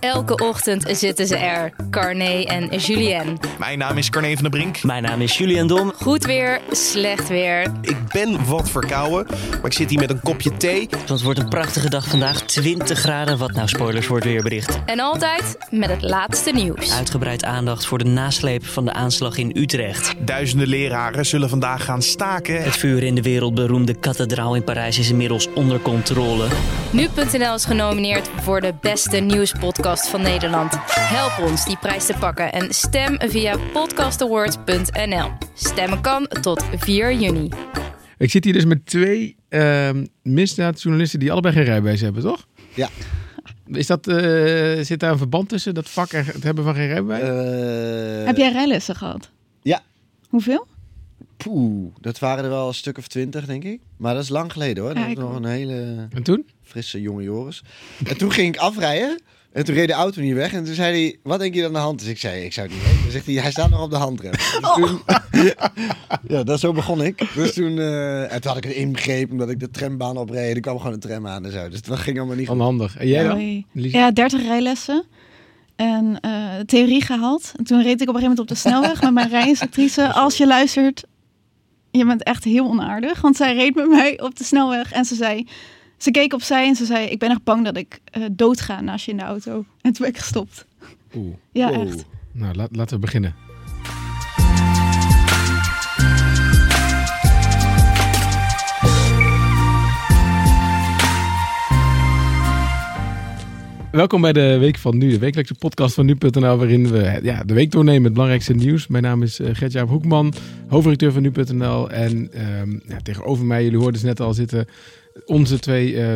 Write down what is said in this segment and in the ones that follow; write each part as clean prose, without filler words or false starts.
Elke ochtend zitten ze er, Carné en Julien. Mijn naam is Carné van der Brink. Mijn naam is Julien Dom. Goed weer, slecht weer. Ik ben wat verkouden, maar ik zit hier met een kopje thee. Het wordt een prachtige dag vandaag, 20 graden, wat nou spoilers voor het weerbericht. En altijd met het laatste nieuws. Uitgebreid aandacht voor de nasleep van de aanslag in Utrecht. Duizenden leraren zullen vandaag gaan staken. Het vuur in de wereldberoemde kathedraal in Parijs is inmiddels onder controle. Nu.nl is genomineerd voor de beste nieuwspodcast van Nederland. Help ons die prijs te pakken en stem via podcastawards.nl. Stemmen kan tot 4 juni. Ik zit hier dus met twee misdaadjournalisten die allebei geen rijbewijs hebben, toch? Ja. Is dat, zit daar een verband tussen dat vak en het hebben van geen rijbewijs? Heb jij rijlessen gehad? Ja. Hoeveel? Dat waren er wel een stuk of 20, denk ik. Maar dat is lang geleden, hoor. Dat was nog een hele En toen? frisse jonge Joris. En toen ging ik afrijden. En toen reed de auto niet weg. En toen zei hij, wat denk je aan de hand? Dus ik zei, ik zou het niet weten. Dan zegt hij staat nog op de handrem. Dus toen, ja, zo begon ik. Dus toen, en toen had ik het inbegrepen omdat ik de trambaan opreed. Er kwam gewoon een tram aan en zo. Dus dat ging allemaal niet goed. Onhandig. En jij dan? Nee. Lisa? Ja, 30 rijlessen. En theorie gehaald. En toen reed ik op een gegeven moment op de snelweg met mijn rijinstructrice. Als je luistert, je bent echt heel onaardig. Want zij reed met mij op de snelweg en ze keek opzij en ze zei, ik ben echt bang dat ik doodga naast je in de auto. En toen ben ik gestopt. Oeh. Ja, Wow. echt. Nou, laten we beginnen. Welkom bij de Week van Nu, de wekelijkse podcast van Nu.nl, waarin we de week doornemen met het belangrijkste nieuws. Mijn naam is Gert-Jaap Hoekman, hoofdredacteur van Nu.nl. En tegenover mij, jullie hoorden ze net al zitten, onze twee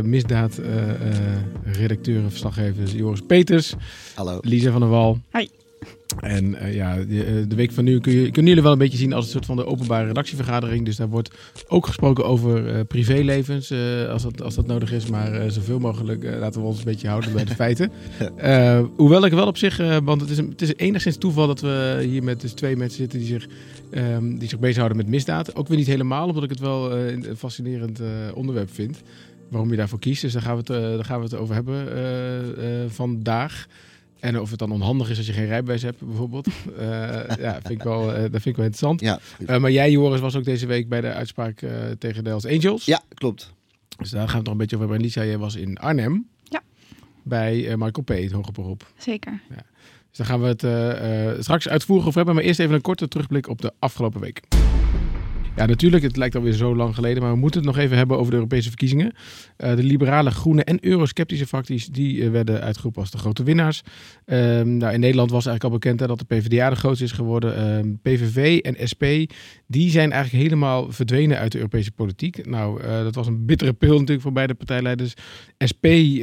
misdaadredacteuren, verslaggevers, Joris Peters, Hallo. Lisa van der Wal. Hi. En de Week van Nu kunnen jullie wel een beetje zien als een soort van de openbare redactievergadering. Dus daar wordt ook gesproken over privélevens, als dat nodig is. Maar zoveel mogelijk laten we ons een beetje houden bij de feiten. Hoewel ik wel op zich, want het is enigszins toeval dat we hier met dus twee mensen zitten die zich bezighouden met misdaad. Ook weer niet helemaal, omdat ik het wel een fascinerend onderwerp vind. Waarom je daarvoor kiest. Dus daar gaan we het over hebben vandaag. En of het dan onhandig is als je geen rijbewijs hebt, bijvoorbeeld. Dat vind ik wel interessant. Ja, maar jij, Joris, was ook deze week bij de uitspraak tegen de Hells Angels. ja, klopt. Dus daar gaan we het nog een beetje over hebben. En Lisa, jij was in Arnhem. Ja. Bij Michael P., het hoger beroep. Zeker. Dus daar gaan we het straks uitvoerig over hebben. Maar eerst even een korte terugblik op de afgelopen week. Ja, natuurlijk, het lijkt alweer zo lang geleden, maar we moeten het nog even hebben over de Europese verkiezingen. De liberale, groene en eurosceptische fracties, die werden uitgeroepen als de grote winnaars. In Nederland was eigenlijk al bekend dat de PvdA de grootste is geworden. PVV en SP, die zijn eigenlijk helemaal verdwenen uit de Europese politiek. Nou, dat was een bittere pil natuurlijk voor beide partijleiders. SP,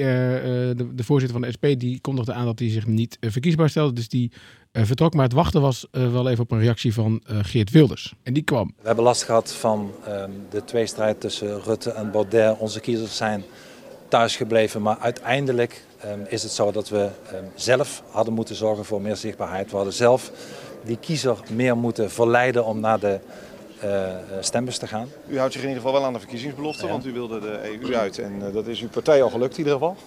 de voorzitter van de SP, die kondigde aan dat hij zich niet verkiesbaar stelde, dus die vertrok, maar het wachten was wel even op een reactie van Geert Wilders. En die kwam. We hebben last gehad van de tweestrijd tussen Rutte en Baudet. Onze kiezers zijn thuisgebleven, maar uiteindelijk is het zo dat we zelf hadden moeten zorgen voor meer zichtbaarheid. We hadden zelf die kiezer meer moeten verleiden om naar de stembus te gaan. U houdt zich in ieder geval wel aan de verkiezingsbelofte, want u wilde de EU uit en dat is uw partij al gelukt in ieder geval.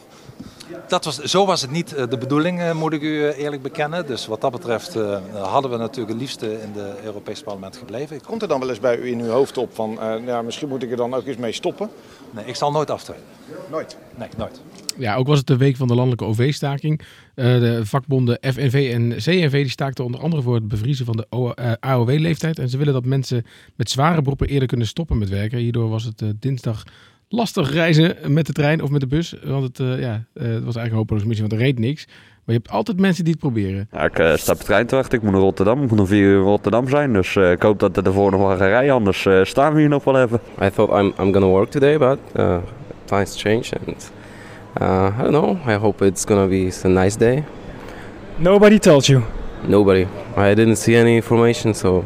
Zo was het niet de bedoeling, moet ik u eerlijk bekennen. Dus wat dat betreft hadden we natuurlijk het liefste in het Europese parlement gebleven. Komt er dan wel eens bij u in uw hoofd op van, misschien moet ik er dan ook eens mee stoppen? Nee, ik zal nooit aftreden. Nooit? Nee, nooit. Ja, ook was het de week van de landelijke OV-staking. De vakbonden FNV en CNV die staakten onder andere voor het bevriezen van de AOW-leeftijd. En ze willen dat mensen met zware beroepen eerder kunnen stoppen met werken. Hierdoor was het dinsdag lastig reizen met de trein of met de bus. Want het was eigenlijk een hopeloze missie, want er reed niks. Maar je hebt altijd mensen die het proberen. Ja, ik sta op de trein te wachten. Ik moet naar Rotterdam. Ik moet om 4 uur in Rotterdam zijn. Dus ik hoop dat er ervoor nog wel gaan rijden. Anders staan we hier nog wel even. I thought I'm gonna work today, but times change and I don't know. I hope it's gonna be a nice day. Nobody told you? Nobody. I didn't see any information, so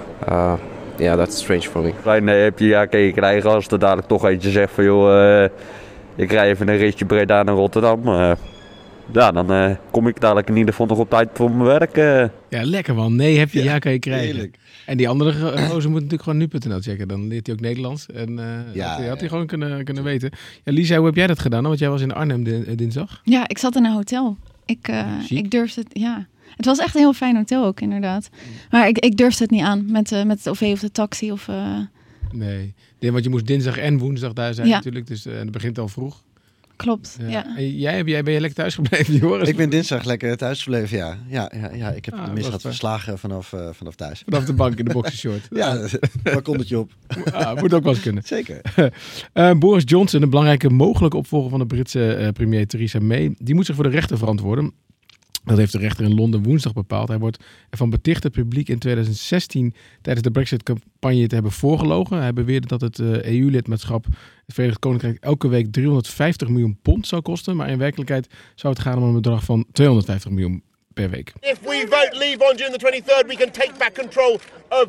that's strange for me. Nee, heb je krijgen als er dadelijk toch eentje zegt van joh, ik rij even een ritje Breda naar Rotterdam. Dan kom ik dadelijk in ieder geval nog op tijd voor mijn werk. Ja, lekker man. Nee, heb je, ja kan je krijgen. Heerlijk. En die andere gozer moet natuurlijk gewoon nu.nl checken. Dan leert hij ook Nederlands. En had hij gewoon kunnen weten. Ja, Lisa, hoe heb jij dat gedaan? Want jij was in Arnhem dinsdag. Ja, ik zat in een hotel. Ik durfde het, ja. Het was echt een heel fijn hotel ook, inderdaad. Maar ik durfde het niet aan met de OV of de taxi. Nee, want je moest dinsdag en woensdag daar zijn natuurlijk. Dus het begint al vroeg. Klopt, ja. En ben je lekker thuis gebleven, Joris? Ik ben dinsdag lekker thuis gebleven, ja. Ja. Ik heb de misdaad verslagen vanaf thuis. Vanaf de bank in de boxershort. Ja, balkonnetje op. Moet ook wel eens kunnen. Zeker. Boris Johnson, een belangrijke mogelijke opvolger van de Britse premier Theresa May, die moet zich voor de rechter verantwoorden. Dat heeft de rechter in Londen woensdag bepaald. Hij wordt ervan beticht het publiek in 2016 tijdens de Brexit-campagne te hebben voorgelogen. Hij beweerde dat het EU-lidmaatschap het Verenigd Koninkrijk elke week 350 miljoen pond zou kosten. Maar in werkelijkheid zou het gaan om een bedrag van 250 miljoen per week. If we vote leave on June the 23rd, we can take back control of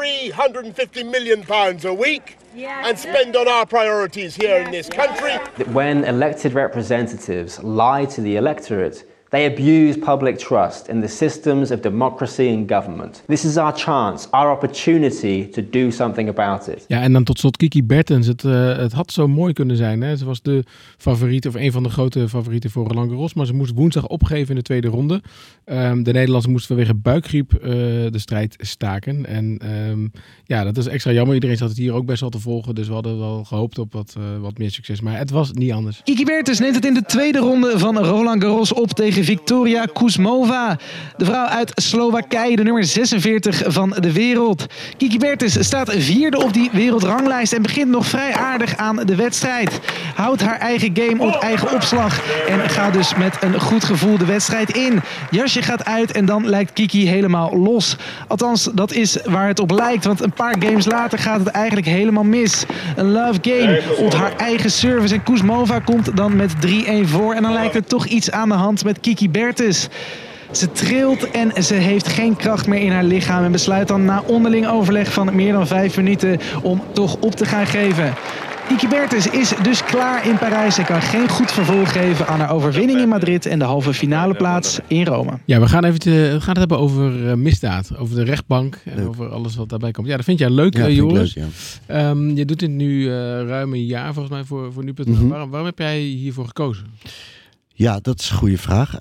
£350 million a week and spend on our priorities here in this country. When elected representatives lie to the electorate, they abuse public trust in the systems of democracy and government. This is our chance, our opportunity to do something about it. Ja, en dan tot slot Kiki Bertens. Het had zo mooi kunnen zijn. Hè? Ze was de favoriet, of een van de grote favorieten voor Roland Garros. Maar ze moest woensdag opgeven in de tweede ronde. De Nederlandse moest vanwege buikgriep de strijd staken. En dat is extra jammer. Iedereen zat het hier ook best wel te volgen. Dus we hadden wel gehoopt op wat meer succes. Maar het was niet anders. Kiki Bertens neemt het in de tweede ronde van Roland Garros op tegen Victoria Kuzmova. De vrouw uit Slowakije, de nummer 46 van de wereld. Kiki Bertens staat vierde op die wereldranglijst en begint nog vrij aardig aan de wedstrijd. Houdt haar eigen game op eigen opslag en gaat dus met een goed gevoel de wedstrijd in. Jasje gaat uit en dan lijkt Kiki helemaal los. Althans, dat is waar het op lijkt, want een paar games later gaat het eigenlijk helemaal mis. Een love game op haar eigen service en Kuzmova komt dan met 3-1 voor en dan lijkt er toch iets aan de hand met Kiki Bertens. Ze trilt en ze heeft geen kracht meer in haar lichaam en besluit dan na onderling overleg van meer dan 5 minuten om toch op te gaan geven. Kiki Bertens is dus klaar in Parijs en kan geen goed vervolg geven aan haar overwinning in Madrid en de halve finale plaats in Rome. Ja, we gaan het hebben over misdaad, over de rechtbank en over alles wat daarbij komt. Ja, dat vind jij leuk, Joris. Leuk, ja. Je doet dit nu ruim een jaar volgens mij voor nu.nl. Mm-hmm. Waarom heb jij hiervoor gekozen? Ja, dat is een goede vraag.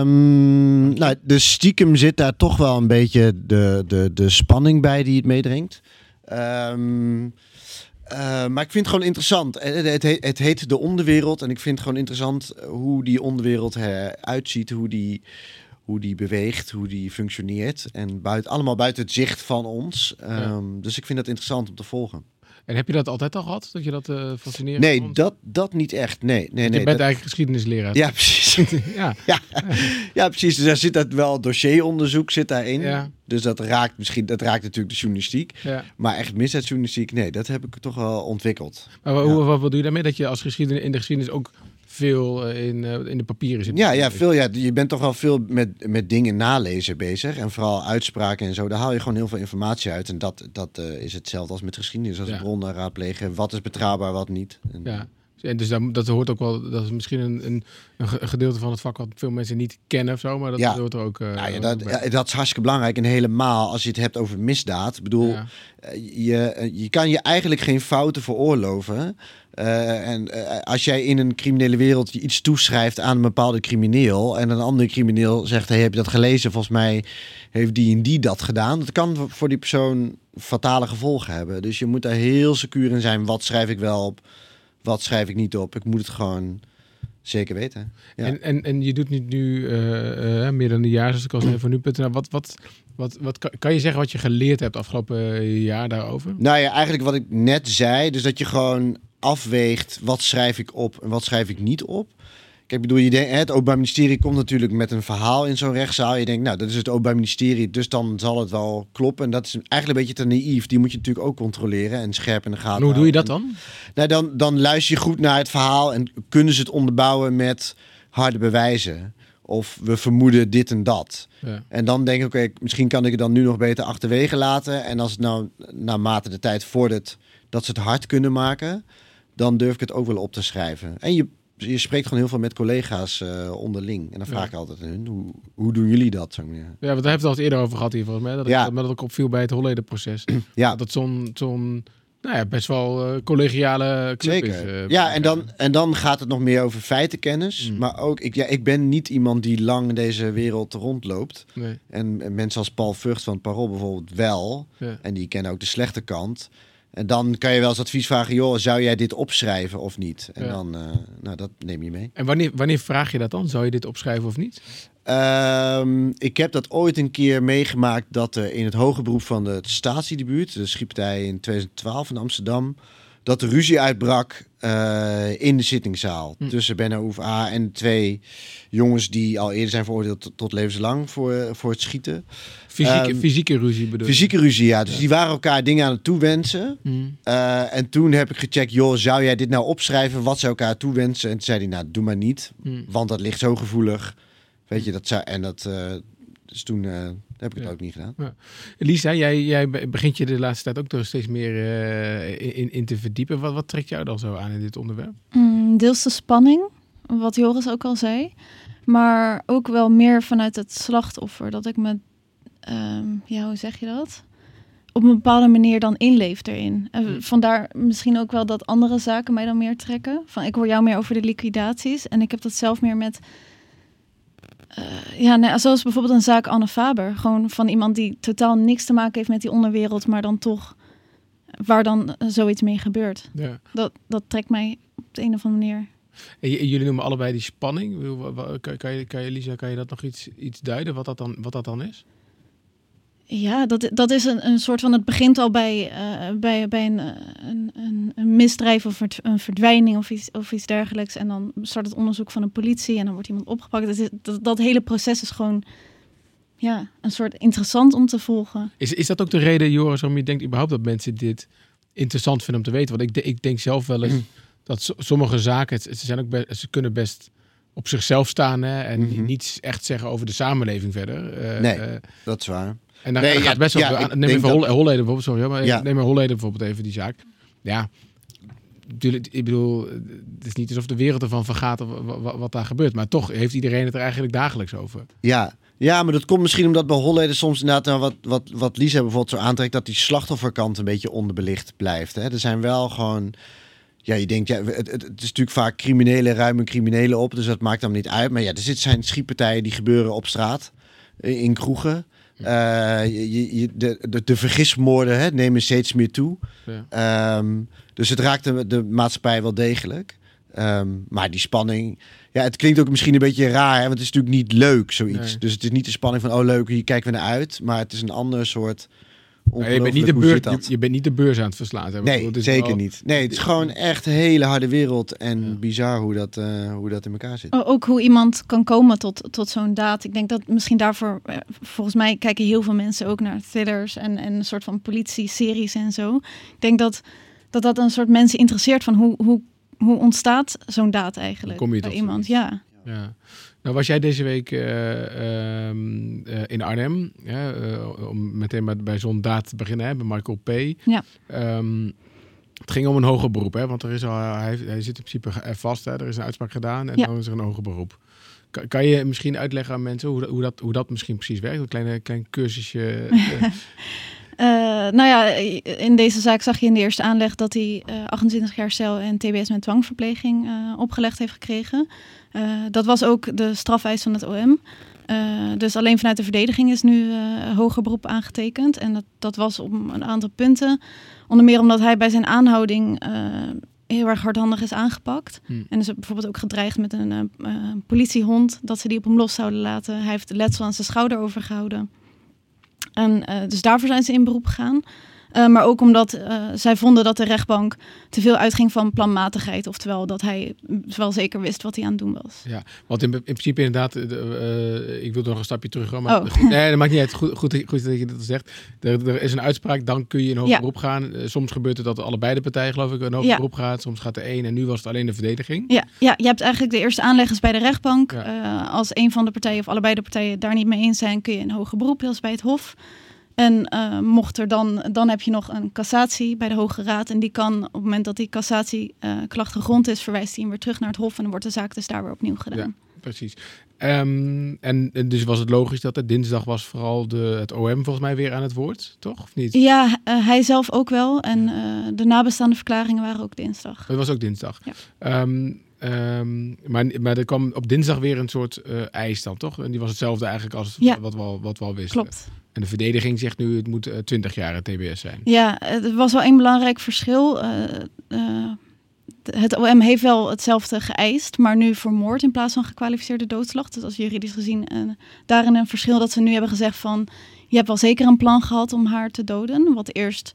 Dus stiekem zit daar toch wel een beetje de spanning bij die het meedringt. Maar ik vind het gewoon interessant. Het heet de onderwereld en ik vind het gewoon interessant hoe die onderwereld eruit hoe die beweegt, hoe die functioneert. En allemaal buiten het zicht van ons. Dus ik vind dat interessant om te volgen. En heb je dat altijd al gehad? Dat je dat fascinerend Nee, vond? dat niet echt. Nee, je bent eigenlijk geschiedenisleraar. Ja, precies. ja, precies. Dus daar zit dat wel dossieronderzoek zit daarin. Ja. Dus dat raakt natuurlijk de journalistiek. Ja. Maar echt misdaadjournalistiek, nee, dat heb ik toch wel ontwikkeld. Maar wat doe je daarmee? Dat je als in de geschiedenis ook veel in de papieren zit? Ja, veel. Ja. Je bent toch wel veel met dingen nalezen bezig. En vooral uitspraken en zo. Daar haal je gewoon heel veel informatie uit. En dat is hetzelfde als met geschiedenis. Als bronnen raadplegen. Wat is betrouwbaar, wat niet. En dus dat hoort ook wel. Dat is misschien een gedeelte van het vak wat veel mensen niet kennen of zo. Maar dat hoort er ook. Dat is hartstikke belangrijk. En helemaal als je het hebt over misdaad. Ik bedoel, je kan je eigenlijk geen fouten veroorloven. Als jij in een criminele wereld iets toeschrijft aan een bepaalde crimineel en een andere crimineel zegt, hey, heb je dat gelezen? Volgens mij heeft die en die dat gedaan. Dat kan voor die persoon fatale gevolgen hebben. Dus je moet daar heel secuur in zijn. Wat schrijf ik wel op? Wat schrijf ik niet op? Ik moet het gewoon zeker weten. Ja. En je doet niet nu meer dan een jaar, zoals ik al zei, voor nu.nl. Wat kan je zeggen wat je geleerd hebt afgelopen jaar daarover? Nou ja, eigenlijk wat ik net zei. Dus dat je gewoon afweegt, wat schrijf ik op en wat schrijf ik niet op. Kijk, het Openbaar Ministerie komt natuurlijk met een verhaal in zo'n rechtszaal. Je denkt, nou, dat is het Openbaar Ministerie, dus dan zal het wel kloppen. En dat is eigenlijk een beetje te naïef. Die moet je natuurlijk ook controleren en scherp in de gaten. En hoe doe je dat dan? Nou, dan luister je goed naar het verhaal en kunnen ze het onderbouwen met harde bewijzen. Of we vermoeden dit en dat. Ja. En dan denk ik, oké, misschien kan ik het dan nu nog beter achterwege laten. En als het nou naarmate de tijd vordert dat ze het hard kunnen maken, dan durf ik het ook wel op te schrijven. En je spreekt gewoon heel veel met collega's onderling. En dan vraag ik altijd aan hun, hoe doen jullie dat? Zo meer? Ja, want daar hebben we het al eens eerder over gehad hier volgens mij. Dat het ook opviel bij het Holleder-proces. Ja. Dat zo'n best wel collegiale club Zeker. is. En dan gaat het nog meer over feitenkennis. Maar ook, ik ben niet iemand die lang deze wereld rondloopt. Nee. En mensen als Paul Vught van het Parool bijvoorbeeld wel. Ja. En die kennen ook de slechte kant. En dan kan je wel eens advies vragen, joh, zou jij dit opschrijven of niet? En dan, dat neem je mee. En wanneer vraag je dat dan? Zou je dit opschrijven of niet? Ik heb dat ooit een keer meegemaakt dat er in het hoger beroep van het statiedebuut, de schietpartij in 2012 in Amsterdam, dat er ruzie uitbrak in de zittingzaal tussen Benno Oef A en 2 jongens die al eerder zijn veroordeeld tot levenslang voor het schieten. Fysieke ruzie bedoel je? Fysieke ruzie, ja. Dus die waren elkaar dingen aan het toewensen. En toen heb ik gecheckt, joh, zou jij dit nou opschrijven? Wat ze elkaar toewensen? En toen zei hij, nou, doe maar niet. Want dat ligt zo gevoelig. Weet je, dat zou... En dat... Dus toen heb ik het ook niet gedaan. Ja. Lisa, jij begint je de laatste tijd ook er steeds meer in te verdiepen. Wat trekt jou dan zo aan in dit onderwerp? Deels de spanning, wat Joris ook al zei. Maar ook wel meer vanuit het slachtoffer. Dat ik me, hoe zeg je dat? Op een bepaalde manier dan inleef erin. Vandaar misschien ook wel dat andere zaken mij dan meer trekken. Ik hoor jou meer over de liquidaties. En ik heb dat zelf meer met... zoals bijvoorbeeld een zaak Anne Faber. Gewoon van iemand die totaal niks te maken heeft met die onderwereld, maar dan toch waar dan zoiets mee gebeurt. Ja. Dat trekt mij op de een of andere manier. En jullie noemen allebei die spanning. Kan je Lisa, kan je dat nog iets duiden, wat dat dan is? Ja, dat is een soort van... Het begint al bij een misdrijf of een verdwijning of iets dergelijks. En dan start het onderzoek van de politie en dan wordt iemand opgepakt. Dat hele proces is gewoon een soort interessant om te volgen. Is dat ook de reden, Joris, waarom je denkt überhaupt dat mensen dit interessant vinden om te weten? Want ik denk zelf wel eens dat sommige zaken... Ze kunnen best op zichzelf staan en niets echt zeggen over de samenleving verder. Dat is waar. En dan gaat best wel... neem even Holleden bijvoorbeeld. Sorry, maar neem maar Holleden bijvoorbeeld even, die zaak. Ja, natuurlijk, ik bedoel, het is niet alsof de wereld ervan vergaat wat daar gebeurt. Maar toch heeft iedereen het er eigenlijk dagelijks over. Ja, maar dat komt misschien omdat bij Holleden soms inderdaad... wat Lisa bijvoorbeeld zo aantrekt, dat die slachtofferkant een beetje onderbelicht blijft. Hè? Er zijn wel gewoon... Ja, je denkt, het is natuurlijk vaak criminelen ruimen criminelen op. Dus dat maakt dan niet uit. Maar ja, er zijn schietpartijen die gebeuren op straat. In kroegen. De vergismoorden nemen steeds meer toe. Ja. Dus het raakt de maatschappij wel degelijk. Maar die spanning... Ja, het klinkt ook misschien een beetje raar. Hè, want het is natuurlijk niet leuk, zoiets. Nee. Dus het is niet de spanning van... Oh, leuk, hier kijken we naar uit. Maar het is een ander soort... Je bent niet de beurs aan het verslaan. Nee, zeker niet. Nee, het is gewoon echt een hele harde wereld. En bizar hoe dat in elkaar zit. Ook hoe iemand kan komen tot zo'n daad. Ik denk dat misschien daarvoor... Volgens mij kijken heel veel mensen ook naar thrillers... en een soort van politie-series en zo. Ik denk dat een soort mensen interesseert... van hoe ontstaat zo'n daad eigenlijk kom je bij iemand. Ja. Nou was jij deze week in Arnhem, om meteen bij zo'n daad te beginnen, bij Michael P. Ja. Het ging om een hoger beroep, hè, want hij zit in principe vast. Hè, er is een uitspraak gedaan en dan is er een hoger beroep. Kan je misschien uitleggen aan mensen hoe dat misschien precies werkt? Een klein cursusje... in deze zaak zag je in de eerste aanleg dat hij 28 jaar cel en TBS met dwangverpleging opgelegd heeft gekregen. Dat was ook de strafeis van het OM. Dus alleen vanuit de verdediging is nu hoger beroep aangetekend. En dat was op een aantal punten. Onder meer omdat hij bij zijn aanhouding heel erg hardhandig is aangepakt. En is bijvoorbeeld ook gedreigd met een politiehond dat ze die op hem los zouden laten. Hij heeft letsel aan zijn schouder overgehouden. En dus daarvoor zijn ze in beroep gegaan. Maar ook omdat zij vonden dat de rechtbank te veel uitging van planmatigheid. Oftewel dat hij wel zeker wist wat hij aan het doen was. Ja, want in principe inderdaad, ik wil nog een stapje terug. Maar nee, dat maakt niet uit. Goed dat je dat zegt. Er is een uitspraak, dan kun je in hoger beroep gaan. Soms gebeurt het dat allebei de partijen, geloof ik, in hoger beroep gaat. Soms gaat er één en nu was het alleen de verdediging. Ja, je hebt eigenlijk de eerste aanleggers bij de rechtbank. Als een van de partijen of allebei de partijen daar niet mee eens zijn, kun je in hoger beroep, zoals bij het Hof. En mocht er dan heb je nog een cassatie bij de Hoge Raad. En die kan op het moment dat die cassatieklacht gegrond is, verwijst hij hem weer terug naar het Hof. En dan wordt de zaak dus daar weer opnieuw gedaan. precies. En dus was het logisch dat het dinsdag was vooral het OM volgens mij weer aan het woord, toch? Of niet? Ja, hij zelf ook wel. En de nabestaande verklaringen waren ook dinsdag. Het was ook dinsdag. Ja. Maar er kwam op dinsdag weer een soort eis dan, toch? En die was hetzelfde eigenlijk als wat we al wisten. Klopt. En de verdediging zegt nu het moet 20 jaar TBS zijn. Ja, er was wel één belangrijk verschil. Het OM heeft wel hetzelfde geëist, maar nu voor moord in plaats van gekwalificeerde doodslag. Dus als juridisch gezien daarin een verschil dat ze nu hebben gezegd van... je hebt wel zeker een plan gehad om haar te doden, wat eerst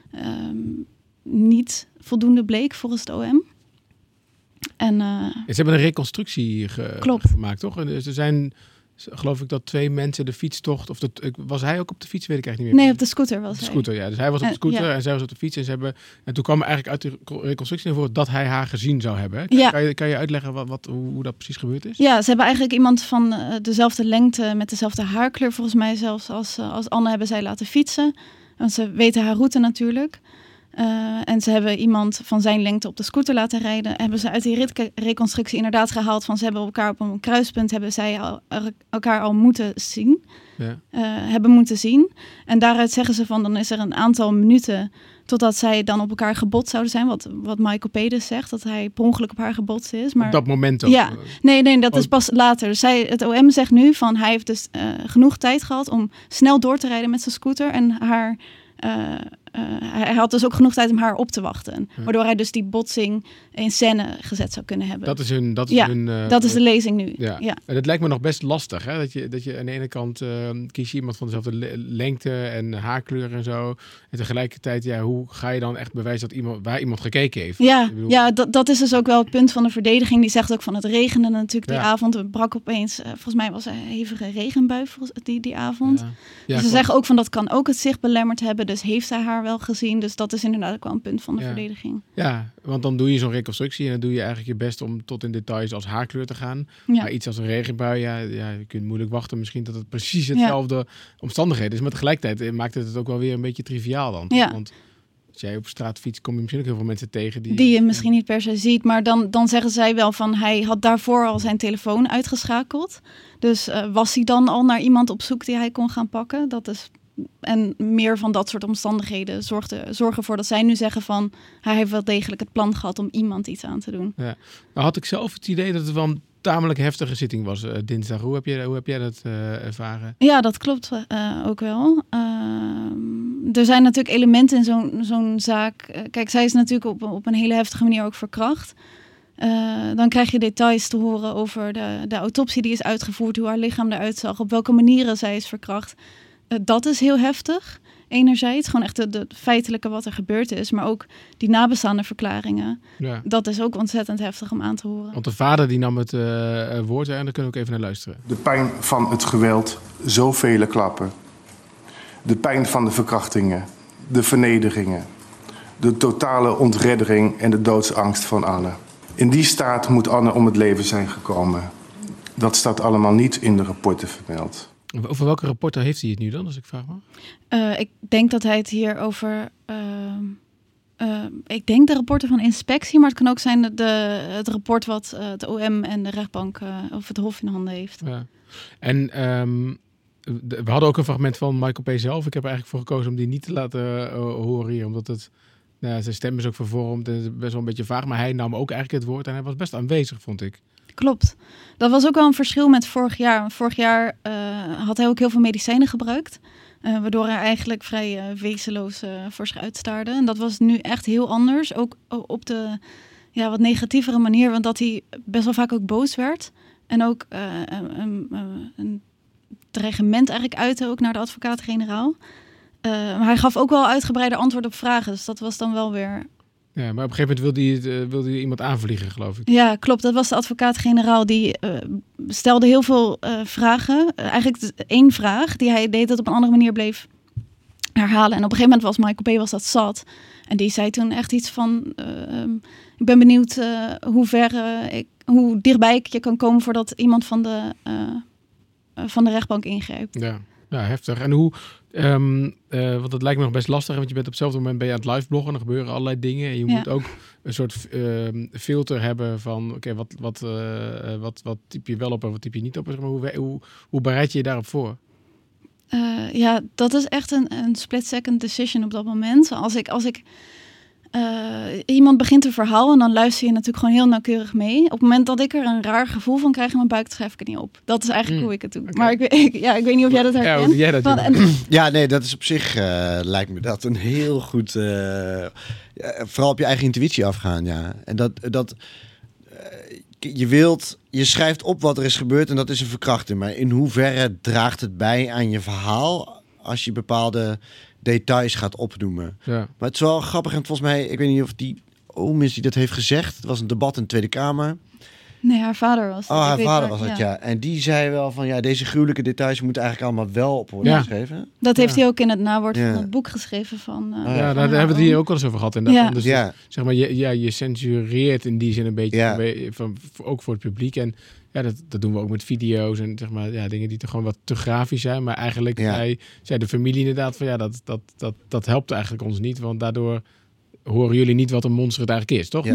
niet voldoende bleek volgens het OM. En, ze hebben een reconstructie gemaakt, toch? En er zijn, geloof ik, dat 2 mensen de fietstocht... was hij ook op de fiets? Weet ik eigenlijk niet meer. Nee, op de scooter was hij. De scooter, ja. Dus hij was op de scooter en zij was op de fiets. En toen kwam er eigenlijk uit de reconstructie naar voren dat hij haar gezien zou hebben. Kan je uitleggen hoe dat precies gebeurd is? Ja, ze hebben eigenlijk iemand van dezelfde lengte met dezelfde haarkleur, volgens mij zelfs als Anne, hebben zij laten fietsen. Want ze weten haar route natuurlijk. En ze hebben iemand van zijn lengte op de scooter laten rijden. Hebben ze uit die reconstructie inderdaad gehaald van... ze hebben elkaar op een kruispunt, hebben zij elkaar al moeten zien. Ja. Hebben moeten zien. En daaruit zeggen ze van, dan is er een aantal minuten... totdat zij dan op elkaar gebotst zouden zijn. Wat Michael P. dus zegt, dat hij per ongeluk op haar gebotst is. Maar, op dat moment ook? Ja, nee, dat is pas later. Het OM zegt nu van, hij heeft dus genoeg tijd gehad... om snel door te rijden met zijn scooter en haar... hij had dus ook genoeg tijd om haar op te wachten. Ja. Waardoor hij dus die botsing in scène gezet zou kunnen hebben. Dat is de lezing nu. Ja. Ja. En het lijkt me nog best lastig. Hè? Dat je aan de ene kant kies je iemand van dezelfde lengte en haarkleur en zo. En tegelijkertijd, hoe ga je dan echt bewijzen waar iemand gekeken heeft? Ja, dat is dus ook wel het punt van de verdediging. Die zegt ook van het regende natuurlijk die avond. Het brak opeens, volgens mij was er een hevige regenbui die avond. Ja. Ja, dus ze zeggen ook van dat kan ook het zicht belemmerd hebben. Dus heeft hij haar wel gezien. Dus dat is inderdaad ook wel een punt van de verdediging. Ja, want dan doe je zo'n reconstructie en dan doe je eigenlijk je best om tot in details als haarkleur te gaan. Ja. Maar iets als een regenbui, je kunt moeilijk wachten misschien dat het precies hetzelfde omstandigheden is. Maar tegelijkertijd maakt het ook wel weer een beetje triviaal dan. Ja. Want als jij op straat fietst, kom je misschien ook heel veel mensen tegen die je misschien niet per se ziet. Maar dan zeggen zij wel van, hij had daarvoor al zijn telefoon uitgeschakeld. Dus was hij dan al naar iemand op zoek die hij kon gaan pakken? Dat is... En meer van dat soort omstandigheden zorgen ervoor dat zij nu zeggen van... hij heeft wel degelijk het plan gehad om iemand iets aan te doen. Ja. Nou had ik zelf het idee dat het wel een tamelijk heftige zitting was dinsdag. Hoe heb jij dat ervaren? Ja, dat klopt ook wel. Er zijn natuurlijk elementen in zo'n zaak. Kijk, zij is natuurlijk op een hele heftige manier ook verkracht. Dan krijg je details te horen over de autopsie die is uitgevoerd... hoe haar lichaam eruit zag, op welke manieren zij is verkracht... Dat is heel heftig, enerzijds. Gewoon echt de feitelijke wat er gebeurd is. Maar ook die nabestaande verklaringen. Ja. Dat is ook ontzettend heftig om aan te horen. Want de vader die nam het woord en daar kunnen we ook even naar luisteren. De pijn van het geweld, zoveel klappen. De pijn van de verkrachtingen, de vernederingen. De totale ontreddering en de doodsangst van Anne. In die staat moet Anne om het leven zijn gekomen. Dat staat allemaal niet in de rapporten vermeld. Over welke rapporten heeft hij het nu dan, als ik vraag mag? Ik denk dat hij het hier over... ik denk de rapporten van inspectie, maar het kan ook zijn het rapport wat het OM en de rechtbank of het Hof in handen heeft. Ja. En we hadden ook een fragment van Michael P. zelf. Ik heb er eigenlijk voor gekozen om die niet te laten horen hier, omdat het... zijn stem is ook vervormd en het is best wel een beetje vaag, maar hij nam ook eigenlijk het woord en hij was best aanwezig, vond ik. Klopt. Dat was ook wel een verschil met vorig jaar. Vorig jaar had hij ook heel veel medicijnen gebruikt. Waardoor hij eigenlijk vrij wezenloos voor zich uitstaarde. En dat was nu echt heel anders. Ook op de wat negatievere manier. Want dat hij best wel vaak ook boos werd. En ook een dreigement eigenlijk uitte ook naar de advocaat-generaal. Maar hij gaf ook wel uitgebreide antwoorden op vragen. Dus dat was dan wel weer... Ja, maar op een gegeven moment wilde hij iemand aanvliegen, geloof ik. Ja, klopt. Dat was de advocaat-generaal. Die stelde heel veel vragen. Eigenlijk één vraag die hij deed dat op een andere manier bleef herhalen. En op een gegeven moment was Michael P. dat zat. En die zei toen echt iets van... ik ben benieuwd hoe dichtbij ik je kan komen voordat iemand van de rechtbank ingrijpt. Ja. Ja, heftig. En hoe... want dat lijkt me nog best lastig, want je bent op hetzelfde moment ben je aan het live bloggen, er gebeuren allerlei dingen en je moet ook een soort filter hebben van wat typ je wel op en wat typ je niet op. Maar hoe bereid je je daarop voor? Dat is echt een split-second decision op dat moment. Als ik iemand begint een verhaal en dan luister je natuurlijk gewoon heel nauwkeurig mee. Op het moment dat ik er een raar gevoel van krijg in mijn buik, schrijf ik het niet op. Dat is eigenlijk hoe ik het doe. Okay. Maar ik weet niet of jij dat herkent. Ja, hoe jij dat doet. Ja, nee, dat is op zich lijkt me dat een heel goed... vooral op je eigen intuïtie afgaan, ja. En dat je schrijft op wat er is gebeurd en dat is een verkrachting. Maar in hoeverre draagt het bij aan je verhaal als je bepaalde details gaat opnoemen? Ja. Maar het is wel grappig en volgens mij, ik weet niet of die oom is die dat heeft gezegd. Het was een debat in de Tweede Kamer. Nee, haar vader was het. Haar vader was het, ja. En die zei wel van, deze gruwelijke details moeten eigenlijk allemaal wel op worden geschreven. Dat heeft hij ook in het nawoord van het boek geschreven van... daar hebben we het hier ook al eens over gehad. Inderdaad. Dus zeg maar, je censureert in die zin een beetje, ook voor het publiek. En dat doen we ook met video's en zeg maar, dingen die toch gewoon wat te grafisch zijn. Maar eigenlijk zei de familie inderdaad van, dat helpt eigenlijk ons niet. Want daardoor horen jullie niet wat een monster het eigenlijk is, toch?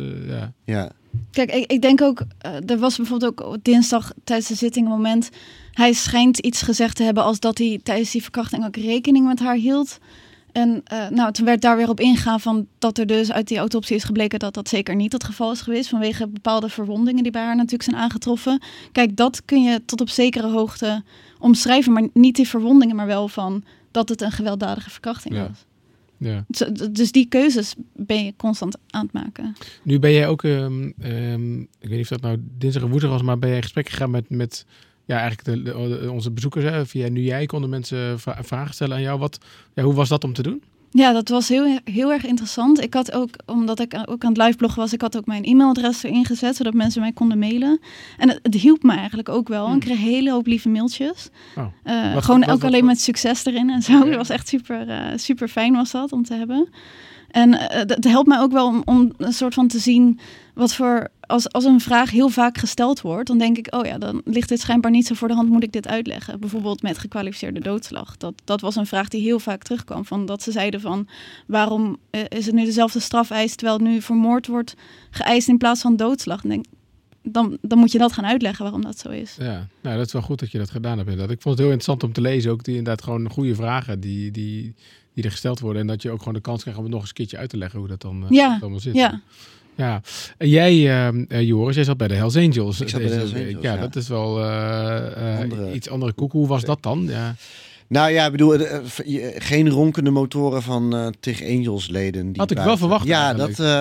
Ja. Kijk, ik denk ook, er was bijvoorbeeld ook dinsdag tijdens de zitting een moment, hij schijnt iets gezegd te hebben als dat hij tijdens die verkrachting ook rekening met haar hield. En toen werd daar weer op ingegaan van dat er dus uit die autopsie is gebleken dat dat zeker niet het geval is geweest, vanwege bepaalde verwondingen die bij haar natuurlijk zijn aangetroffen. Kijk, dat kun je tot op zekere hoogte omschrijven, maar niet die verwondingen, maar wel van dat het een gewelddadige verkrachting was. Ja. Dus die keuzes ben je constant aan het maken. Nu ben jij ook, ik weet niet of dat nou dinsdag of woensdag was, maar ben jij in gesprek gegaan met eigenlijk onze bezoekers. Hè? Via Nu Jij konden mensen vragen stellen aan jou. Hoe was dat om te doen? Ja, dat was heel erg interessant. Ik had ook, omdat ik ook aan het live bloggen was, ik had ook mijn e-mailadres erin gezet, zodat mensen mij konden mailen. En het hielp me eigenlijk ook wel. Ik kreeg een hele hoop lieve mailtjes. Gewoon ook alleen met succes erin en zo. Dat was echt super fijn was dat om te hebben. En het helpt mij ook wel om een soort van te zien wat voor... Als een vraag heel vaak gesteld wordt, dan denk ik, dan ligt dit schijnbaar niet zo voor de hand, moet ik dit uitleggen. Bijvoorbeeld met gekwalificeerde doodslag. Dat was een vraag die heel vaak terugkwam. Van dat ze zeiden van, waarom is het nu dezelfde strafeis, terwijl het nu voor moord wordt geëist in plaats van doodslag? Dan moet je dat gaan uitleggen waarom dat zo is. Ja, nou, dat is wel goed dat je dat gedaan hebt. Ik vond het heel interessant om te lezen, ook die inderdaad gewoon goede vragen die er gesteld worden. En dat je ook gewoon de kans krijgt om het nog eens een keertje uit te leggen hoe dat dan allemaal zit. Ja. En jij, Joris, jij zat bij de Hells Angels. Ik zat bij de Hells Angels, ja, dat is wel iets andere koek. Hoe was dat dan? Ja. Nou ja, ik bedoel, geen ronkende motoren van TIG Angels leden. Had ik wel verwacht. Ja,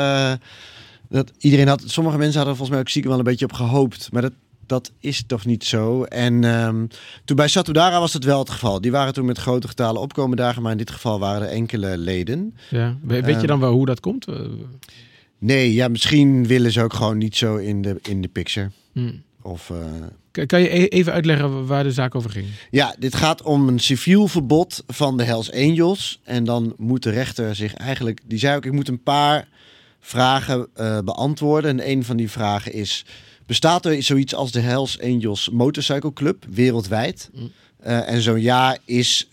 dat iedereen had... Sommige mensen hadden volgens mij ook stiekem wel een beetje op gehoopt. Maar dat is toch niet zo. En toen bij Satudara was het wel het geval. Die waren toen met grote getalen opkomen dagen, maar in dit geval waren er enkele leden. Ja. Weet je dan wel hoe dat komt? Nee, misschien willen ze ook gewoon niet zo in de picture. Kan je even uitleggen waar de zaak over ging? Ja, dit gaat om een civiel verbod van de Hells Angels. En dan moet de rechter zich eigenlijk... Die zei ook, ik moet een paar vragen beantwoorden. En een van die vragen is... Bestaat er zoiets als de Hells Angels Motorcycle Club wereldwijd? En zo ja, is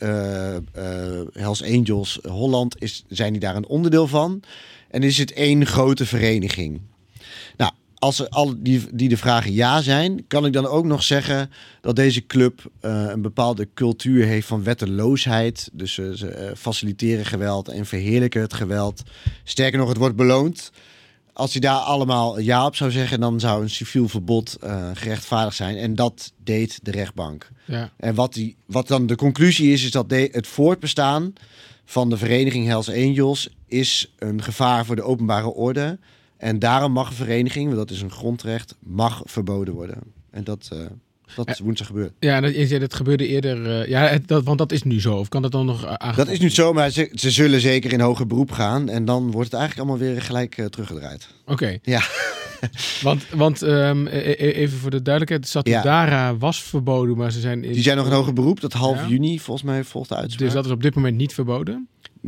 Hells Angels Holland, zijn die daar een onderdeel van? En is het één grote vereniging? Nou, als er al die de vragen ja zijn, kan ik dan ook nog zeggen dat deze club een bepaalde cultuur heeft van wetteloosheid. Dus ze faciliteren geweld en verheerlijken het geweld. Sterker nog, het wordt beloond. Als hij daar allemaal ja op zou zeggen, dan zou een civiel verbod gerechtvaardigd zijn. En dat deed de rechtbank. Ja. En wat dan de conclusie is dat het voortbestaan van de vereniging Hells Angels is een gevaar voor de openbare orde. En daarom mag een vereniging, want dat is een grondrecht, mag verboden worden. En dat is woensdag gebeurd. Ja, dat gebeurde eerder. Want dat is nu zo. Of kan dat dan nog aangekomen? Dat is nu zo, maar ze zullen zeker in hoger beroep gaan. En dan wordt het eigenlijk allemaal weer gelijk teruggedraaid. Oké. Ja. Want even voor de duidelijkheid. Satudara was verboden, maar ze zijn... Die zijn nog in hoger beroep. Dat half juni volgens mij volgt de uitspraak. Dus dat is op dit moment niet verboden? Nee.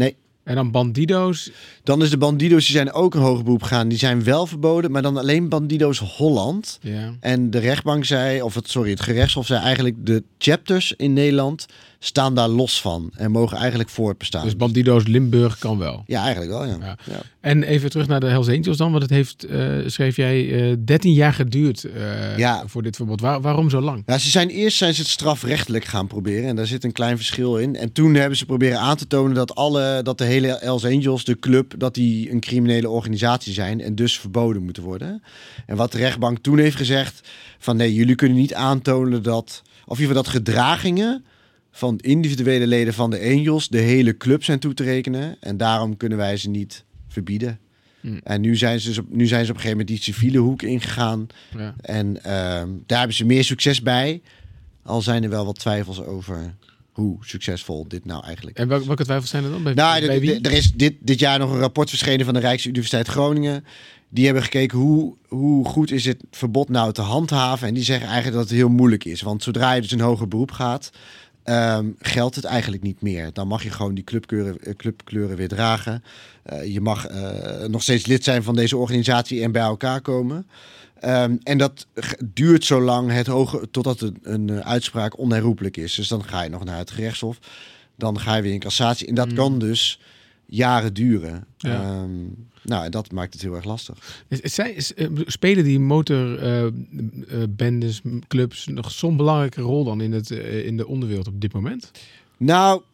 En dan Bandido's? Dan is de Bandido's, die zijn ook een hoger beroep gegaan. Die zijn wel verboden, maar dan alleen Bandido's Holland. Ja. En de rechtbank zei, het gerechtshof zei eigenlijk... de chapters in Nederland staan daar los van. En mogen eigenlijk voortbestaan. Dus Bandido's Limburg kan wel? Ja, eigenlijk wel, ja. En even terug naar de Hells Angels dan. Want het heeft, schreef jij, 13 jaar geduurd voor dit verbod. Waarom zo lang? Ja, eerst zijn ze het strafrechtelijk gaan proberen. En daar zit een klein verschil in. En toen hebben ze proberen aan te tonen dat de hele Hells Angels, de club, dat die een criminele organisatie zijn. En dus verboden moeten worden. En wat de rechtbank toen heeft gezegd, van nee, jullie kunnen niet aantonen dat, of in ieder geval dat gedragingen van individuele leden van de Angels de hele club zijn toe te rekenen. En daarom kunnen wij ze niet verbieden. En nu zijn ze op een gegeven moment die civiele hoek ingegaan. Ja. En daar hebben ze meer succes bij. Al zijn er wel wat twijfels over hoe succesvol dit nou eigenlijk is. En welke twijfels zijn er dan? Bij wie? Er is dit jaar nog een rapport verschenen van de Rijksuniversiteit Groningen. Die hebben gekeken hoe goed is het verbod nou te handhaven. En die zeggen eigenlijk dat het heel moeilijk is. Want zodra je dus een hoger beroep gaat, geldt het eigenlijk niet meer. Dan mag je gewoon die clubkleuren weer dragen. Je mag nog steeds lid zijn van deze organisatie en bij elkaar komen. En dat duurt zo lang totdat een uitspraak onherroepelijk is. Dus dan ga je nog naar het gerechtshof. Dan ga je weer in cassatie. En dat kan dus jaren duren. Ja. En dat maakt het heel erg lastig. Spelen die motorbendes, clubs nog zo'n belangrijke rol dan in de onderwereld op dit moment? Nou,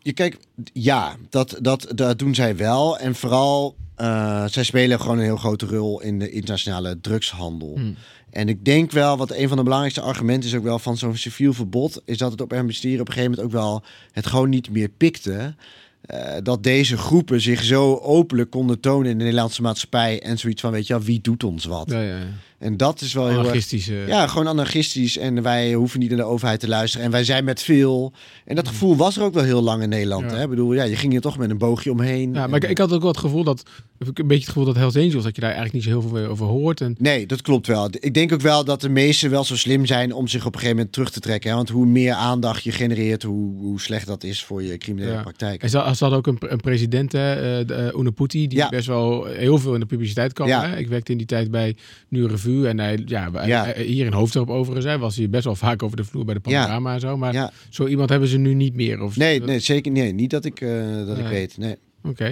dat doen zij wel. En vooral, zij spelen gewoon een heel grote rol in de internationale drugshandel. En ik denk wel, wat een van de belangrijkste argumenten is ook wel van zo'n civiel verbod, is dat het op ministerie op een gegeven moment ook wel het gewoon niet meer pikte. Dat deze groepen zich zo openlijk konden tonen in de Nederlandse maatschappij en zoiets van, weet je wel, wie doet ons wat? Ja. En dat is wel heel anarchistisch. Gewoon anarchistisch. En wij hoeven niet naar de overheid te luisteren. En wij zijn met veel. En dat gevoel was er ook wel heel lang in Nederland. Hè? Ik bedoel, je ging hier toch met een boogje omheen. Ja, maar ik had ook wel het gevoel dat Hells Angels, dat je daar eigenlijk niet zo heel veel over hoort. Nee, dat klopt wel. Ik denk ook wel dat de meesten wel zo slim zijn om zich op een gegeven moment terug te trekken. Hè? Want hoe meer aandacht je genereert, hoe slecht dat is voor je criminele praktijk. En ze hadden ook een president, Unaputi, die best wel heel veel in de publiciteit kwam. Ja. Hè? Ik werkte in die tijd bij Nu Revue. En hij hier in Hoofddorp overigens was hij best wel vaak over de vloer bij de Panorama en zo. Maar zo iemand hebben ze nu niet meer. Of nee, zeker niet. Niet dat ik weet. Nee. Oké.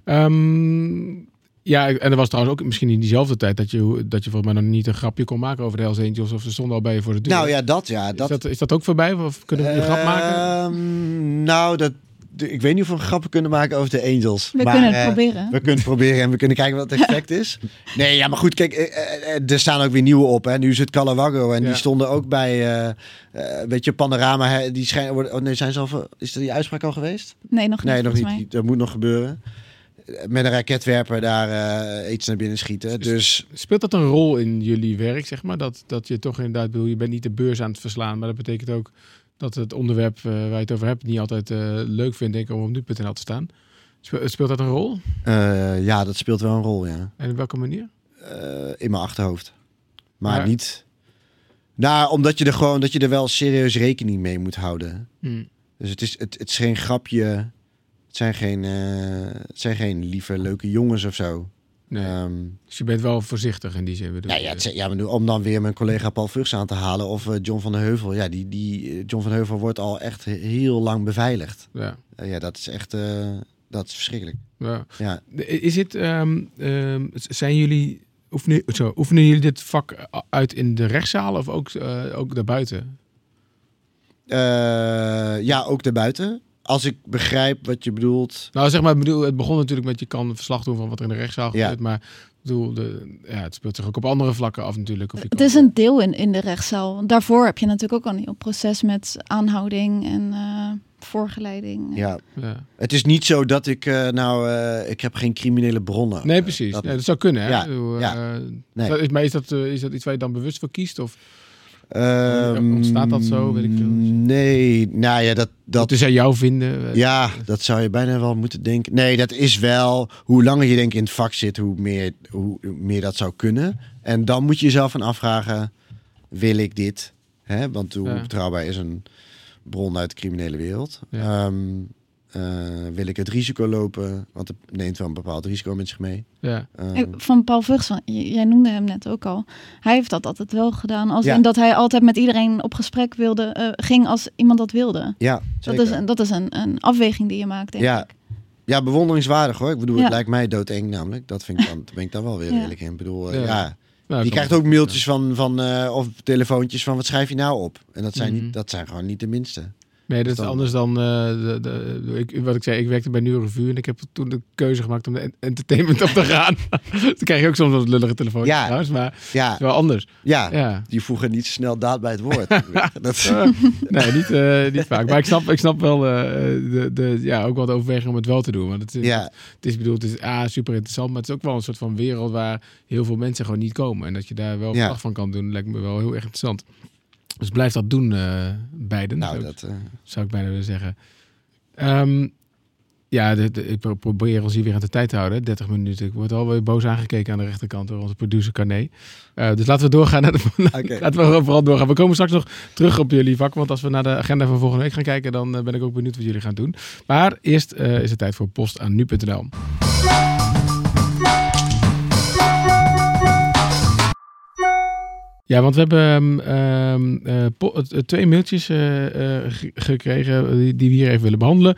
En er was trouwens ook misschien in diezelfde tijd dat je volgens mij nog niet een grapje kon maken over de Hells Angels, of ze stonden al bij je voor de deur. Nou ja, Is dat ook voorbij? Of kunnen we een grap maken? Ik weet niet of we grappen kunnen maken over de Angels. We kunnen het proberen. We kunnen het proberen en we kunnen kijken wat het effect is. Nee, ja, maar goed, kijk, er staan ook weer nieuwe op. Hè. Nu is het Calawago en die stonden ook bij, weet je, Panorama. Die zijn ze al, is die uitspraak al geweest? Nee, nog niet. Nee, nog niet. Dat moet nog gebeuren. Met een raketwerper daar iets naar binnen schieten. Dus speelt dat een rol in jullie werk, zeg maar? Dat je toch inderdaad, je bent niet de beurs aan het verslaan, maar dat betekent ook dat het onderwerp waar je het over hebt niet altijd leuk vindt, denk ik, om op nu.nl te staan. Speelt dat een rol? Ja, dat speelt wel een rol, ja. En op welke manier? In mijn achterhoofd. Maar niet. Nou, omdat je er wel serieus rekening mee moet houden. Dus het is geen grapje. Het zijn geen lieve, leuke jongens of zo. Nee. Dus je bent wel voorzichtig in die zin. Maar om dan weer mijn collega Paul Vugts aan te halen of John van der Heuvel. Ja, die John van der Heuvel wordt al echt heel lang beveiligd. Ja, dat is echt dat is verschrikkelijk. Ja. Is het, zijn jullie, oefenen jullie dit vak uit in de rechtszaal of ook daarbuiten? Ja, ook daarbuiten. Als ik begrijp wat je bedoelt. Nou, zeg maar, het begon natuurlijk met je kan verslag doen van wat er in de rechtszaal gebeurt. Maar het speelt zich ook op andere vlakken af natuurlijk. Het is een deel in de rechtszaal. Daarvoor heb je natuurlijk ook al een heel proces met aanhouding en voorgeleiding. Ja. Het is niet zo dat ik ik heb geen criminele bronnen. Nee, precies. Dat zou kunnen. Hè? Nee. Maar is dat iets waar je dan bewust voor kiest? Of ontstaat dat zo? Weet ik veel. Nee, nou ja, dat moeten zij jou vinden? Ja, dat zou je bijna wel moeten denken. Nee, dat is wel, hoe langer je denk ik in het vak zit, hoe meer dat zou kunnen. En dan moet je jezelf van afvragen, wil ik dit? Want hoe betrouwbaar is een bron uit de criminele wereld? Wil ik het risico lopen? Want het neemt wel een bepaald risico met zich mee. Ja. Van Paul Vugts, jij noemde hem net ook al. Hij heeft dat altijd wel gedaan. Ja. En dat hij altijd met iedereen op gesprek ging als iemand dat wilde. Ja, zeker. Dat is een afweging die je maakt, denk ik. Ja, bewonderingswaardig hoor. Ik bedoel, het lijkt mij doodeng namelijk. Dat vind ik dan, ben ik dan wel weer eerlijk in. Ik bedoel, je krijgt ook mailtjes van of telefoontjes van wat schrijf je nou op? En dat zijn gewoon niet de minste. Nee, dat is anders dan wat ik zei. Ik werkte bij Nieuwe Revue en ik heb toen de keuze gemaakt om de entertainment op te gaan. Dan krijg je ook soms wat lullige telefoontjes trouwens, maar het is wel anders. Ja, die voegen niet zo snel daad bij het woord. Nee, niet vaak. Maar ik snap wel ook wel de overweging om het wel te doen. Want het is super interessant, maar het is ook wel een soort van wereld waar heel veel mensen gewoon niet komen. En dat je daar wel verslag van kan doen, lijkt me wel heel erg interessant. Dus blijf dat doen, beiden. Nou, zou ik bijna willen zeggen. Ik probeer ons hier weer aan de tijd te houden. 30 minuten. Ik word alweer boos aangekeken aan de rechterkant door onze producer Carné. Dus laten we doorgaan. Laten we vooral doorgaan. We komen straks nog terug op jullie vak. Want als we naar de agenda van volgende week gaan kijken, dan ben ik ook benieuwd wat jullie gaan doen. Maar eerst is het tijd voor post aan nu.nl. Ja, want we hebben 2 mailtjes gekregen die we hier even willen behandelen.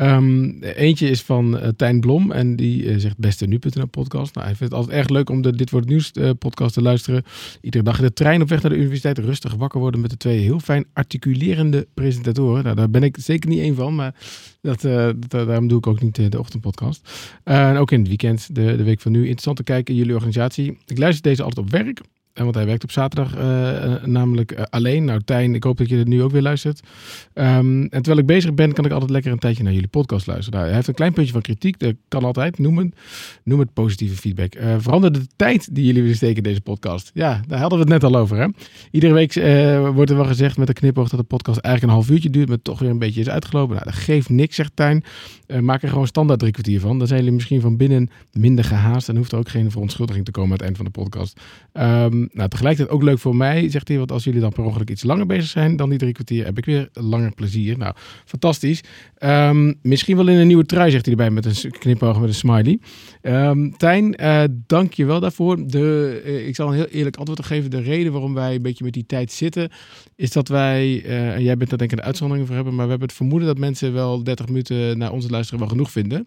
Eentje is van Tijn Blom en die zegt beste nu.nl podcast. Nou, hij vindt het altijd erg leuk om de Dit Wordt Nieuws podcast te luisteren. Iedere dag in de trein op weg naar de universiteit rustig wakker worden met de 2 heel fijn articulerende presentatoren. Nou, daar ben ik zeker niet één van, maar daarom doe ik ook niet de ochtendpodcast. En ook in het weekend, de week van nu. Interessant te kijken, jullie organisatie. Ik luister deze altijd op werk. Want hij werkt op zaterdag namelijk alleen. Nou Tijn, ik hoop dat je het nu ook weer luistert. En terwijl ik bezig ben, kan ik altijd lekker een tijdje naar jullie podcast luisteren. Nou, hij heeft een klein puntje van kritiek. Dat kan altijd. Noem het positieve feedback. Verander de tijd die jullie willen steken in deze podcast. Ja, daar hadden we het net al over. Hè? Iedere week wordt er wel gezegd met een knipoog dat de podcast eigenlijk een half uurtje duurt, maar toch weer een beetje is uitgelopen. Nou, dat geeft niks, zegt Tijn. Maak er gewoon standaard 3 kwartier van. Dan zijn jullie misschien van binnen minder gehaast en hoeft er ook geen verontschuldiging te komen aan het eind van de podcast. Nou, tegelijkertijd ook leuk voor mij, zegt hij, want als jullie dan per ongeluk iets langer bezig zijn dan die 3 kwartier, heb ik weer langer plezier. Nou, fantastisch. Misschien wel in een nieuwe trui, zegt hij erbij met een knipoog met een smiley. Tijn, dank je wel daarvoor. Ik zal een heel eerlijk antwoord geven. De reden waarom wij een beetje met die tijd zitten, is dat wij, en jij bent daar denk ik een uitzondering voor hebben, maar we hebben het vermoeden dat mensen wel 30 minuten naar ons luisteren wel genoeg vinden.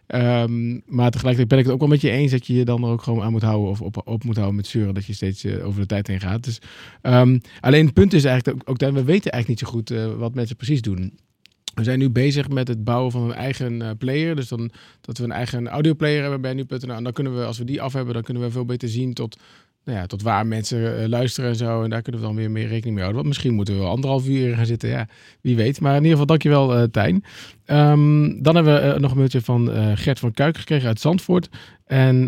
Maar tegelijkertijd ben ik het ook wel met je eens dat je je dan er ook gewoon aan moet houden of op moet houden met zeuren dat je steeds over de tijd heen gaat. Dus, alleen het punt is eigenlijk ook dat we weten eigenlijk niet zo goed wat mensen precies doen. We zijn nu bezig met het bouwen van een eigen player. Dus dan dat we een eigen audioplayer hebben bij nu.nl. En dan kunnen we, als we die af hebben, dan kunnen we veel beter zien tot waar mensen luisteren en zo. En daar kunnen we dan weer meer rekening mee houden. Want misschien moeten we wel 1,5 uur gaan zitten. Ja, wie weet. Maar in ieder geval, dankjewel Tijn. Dan hebben we nog een mailtje van Gert van Kuik gekregen uit Zandvoort. En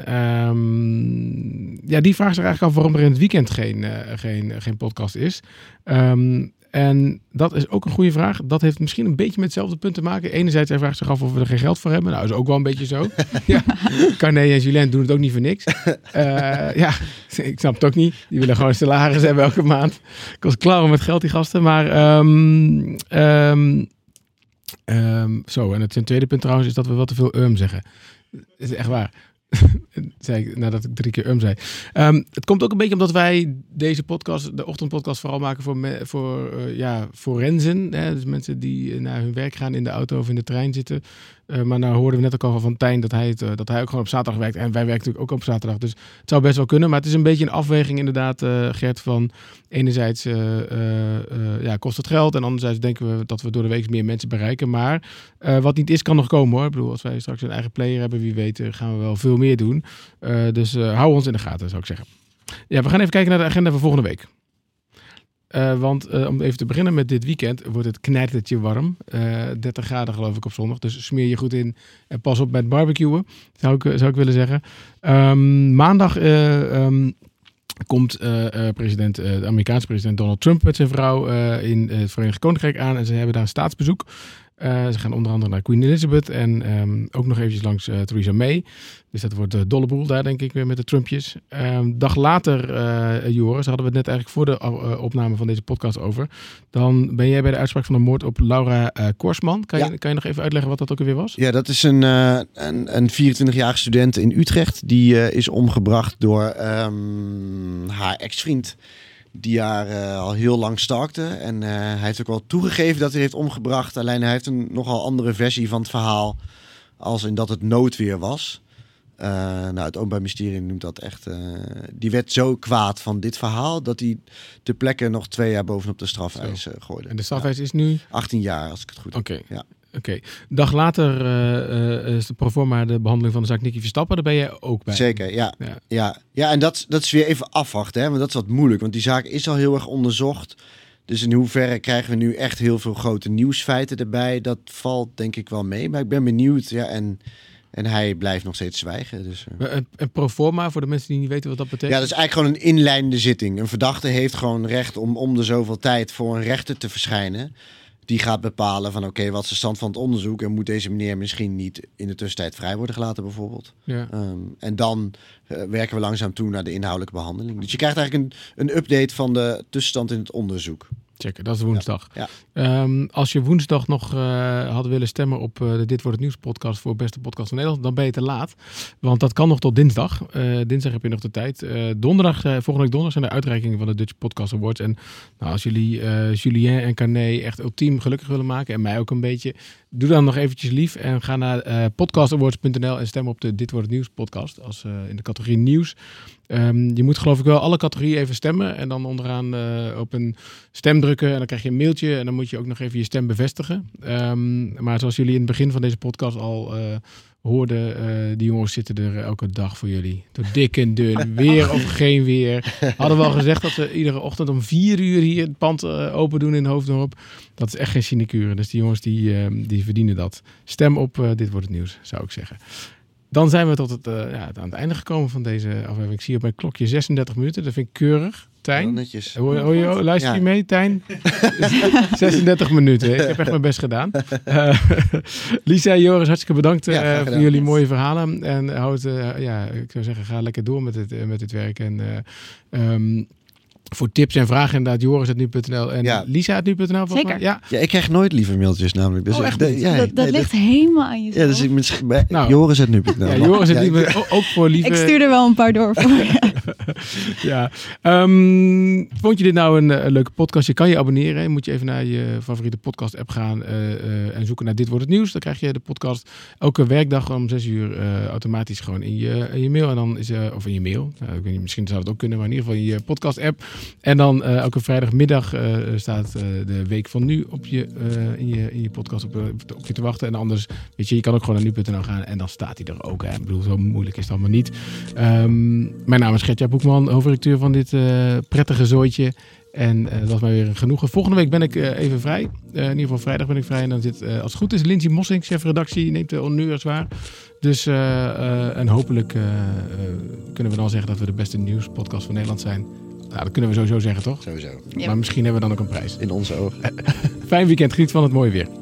die vraagt zich eigenlijk af waarom er in het weekend geen podcast is. En dat is ook een goede vraag. Dat heeft misschien een beetje met hetzelfde punt te maken. Enerzijds, hij vraagt zich af of we er geen geld voor hebben. Nou, is ook wel een beetje zo. Ja. Carné en Julien doen het ook niet voor niks. Ik snap het ook niet. Die willen gewoon salaris hebben elke maand. Ik was klaar met geld, die gasten. Maar en het tweede punt trouwens is dat we wat te veel zeggen. Dat is echt waar. zei ik nadat ik 3 keer zei. Het komt ook een beetje omdat wij deze podcast, de ochtendpodcast, vooral maken voor forensen. Dus mensen die naar hun werk gaan in de auto of in de trein zitten. Maar nou hoorden we net ook al van Tijn dat hij ook gewoon op zaterdag werkt. En wij werken natuurlijk ook op zaterdag. Dus het zou best wel kunnen. Maar het is een beetje een afweging inderdaad, Gert, van enerzijds kost het geld. En anderzijds denken we dat we door de week meer mensen bereiken. Maar wat niet is, kan nog komen hoor. Ik bedoel, als wij straks een eigen player hebben, wie weet, gaan we wel veel meer doen. Dus hou ons in de gaten, zou ik zeggen. Ja, we gaan even kijken naar de agenda van volgende week. Want om even te beginnen met dit weekend wordt het knijtertje warm. 30 graden geloof ik op zondag. Dus smeer je goed in en pas op met barbecuen. Zou ik willen zeggen. Maandag komt de Amerikaanse president Donald Trump met zijn vrouw in het Verenigd Koninkrijk aan. En ze hebben daar een staatsbezoek. Ze gaan onder andere naar Queen Elizabeth en ook nog eventjes langs Theresa May. Dus dat wordt dolle boel daar, denk ik, weer met de Trumpjes. Dag later, Joris, hadden we het net eigenlijk voor de opname van deze podcast over. Dan ben jij bij de uitspraak van de moord op Laura Korsman. Kan je nog even uitleggen wat dat ook alweer was? Ja, dat is een 24-jarige student in Utrecht. Die is omgebracht door haar ex-vriend. Die haar al heel lang stalkte. En hij heeft ook wel toegegeven dat hij heeft omgebracht. Alleen hij heeft een nogal andere versie van het verhaal. Als in dat het noodweer was. Het Openbaar Ministerie noemt dat echt... die werd zo kwaad van dit verhaal... dat hij ter plekke nog 2 jaar bovenop de strafeis gooide. En de strafeis is nu? 18 jaar, als ik het goed heb. Oké. Ja. Oké. Dag later is de proforma de behandeling van de zaak Nicky Verstappen. Daar ben jij ook bij. Zeker, ja. En dat is weer even afwachten. Hè? Want dat is wat moeilijk. Want die zaak is al heel erg onderzocht. Dus in hoeverre krijgen we nu echt heel veel grote nieuwsfeiten erbij? Dat valt denk ik wel mee. Maar ik ben benieuwd. Ja, en hij blijft nog steeds zwijgen. Dus, Een proforma, voor de mensen die niet weten wat dat betekent? Ja, dat is eigenlijk gewoon een inleidende zitting. Een verdachte heeft gewoon recht om de zoveel tijd voor een rechter te verschijnen. Die gaat bepalen van oké, wat is de stand van het onderzoek... en moet deze meneer misschien niet in de tussentijd vrij worden gelaten bijvoorbeeld. Ja. En dan werken we langzaam toe naar de inhoudelijke behandeling. Dus je krijgt eigenlijk een update van de tussenstand in het onderzoek. Checken, dat is woensdag. Ja. Als je woensdag nog had willen stemmen op de Dit Wordt Het Nieuws podcast voor beste podcast van Nederland, dan ben je te laat. Want dat kan nog tot dinsdag. Dinsdag heb je nog de tijd. Volgende week donderdag zijn de uitreikingen van de Dutch Podcast Awards. En als jullie Julien en Carné echt ultiem gelukkig willen maken, en mij ook een beetje, doe dan nog eventjes lief en ga naar podcastawards.nl en stem op de Dit Wordt Het Nieuws podcast als in de categorie nieuws. Je moet geloof ik wel alle categorieën even stemmen en dan onderaan op een stem drukken en dan krijg je een mailtje en dan moet je ook nog even je stem bevestigen. Maar zoals jullie in het begin van deze podcast al hoorden, die jongens zitten er elke dag voor jullie. Door dik en dun, weer of geen weer. Hadden we al gezegd dat we iedere ochtend om 4 uur hier het pand open doen in Hoofddorp. Dat is echt geen sinecure. Dus die jongens die verdienen dat. Stem op Dit Wordt Het Nieuws, zou ik zeggen. Dan zijn we tot aan het einde gekomen van deze aflevering. Ik zie op mijn klokje 36 minuten. Dat vind ik keurig. Tijn, netjes. Luister je mee, Tijn? 36 minuten. Ik heb echt mijn best gedaan. Lisa en Joris, hartstikke bedankt voor jullie mooie verhalen. En ik zou zeggen, ga lekker door met dit werk. En voor tips en vragen inderdaad, Joris@nu.nl en Lisa@nu.nl. Zeker. Ja, ik krijg nooit lieve mailtjes namelijk. Dus echt niet? Dat ligt helemaal aan jezelf. Ja, dus ik misschien Joris@nu.nl. Ja, Joris@nu.nl, ook voor lieve... Ik stuur er wel een paar door voor je. Ja. Vond je dit nou een leuke podcast? Je kan je abonneren. Moet je even naar je favoriete podcast app gaan en zoeken naar Dit Wordt Het Nieuws. Dan krijg je de podcast elke werkdag om 6 uur automatisch gewoon in je mail. En dan is of in je mail. Nou, ik weet niet, misschien zou het ook kunnen, maar in ieder geval in je podcast app. En dan elke vrijdagmiddag staat de week van nu op in je podcast op je te wachten. En anders, weet je kan ook gewoon naar nu.nl gaan en dan staat hij er ook. Hè. Ik bedoel, zo moeilijk is het allemaal niet. Mijn naam is Gert-Jaap Boekman, hoofdredacteur van dit prettige zooitje. En dat was mij weer een genoegen. Volgende week ben ik even vrij. In ieder geval vrijdag ben ik vrij. En dan zit, als het goed is, Lindsay Mossing, chefredactie, neemt de honneurs waar. Dus en hopelijk kunnen we dan zeggen dat we de beste nieuwspodcast van Nederland zijn. Nou, dat kunnen we sowieso zeggen, toch? Sowieso. Maar misschien hebben we dan ook een prijs. In onze ogen. Fijn weekend. Geniet van het mooie weer.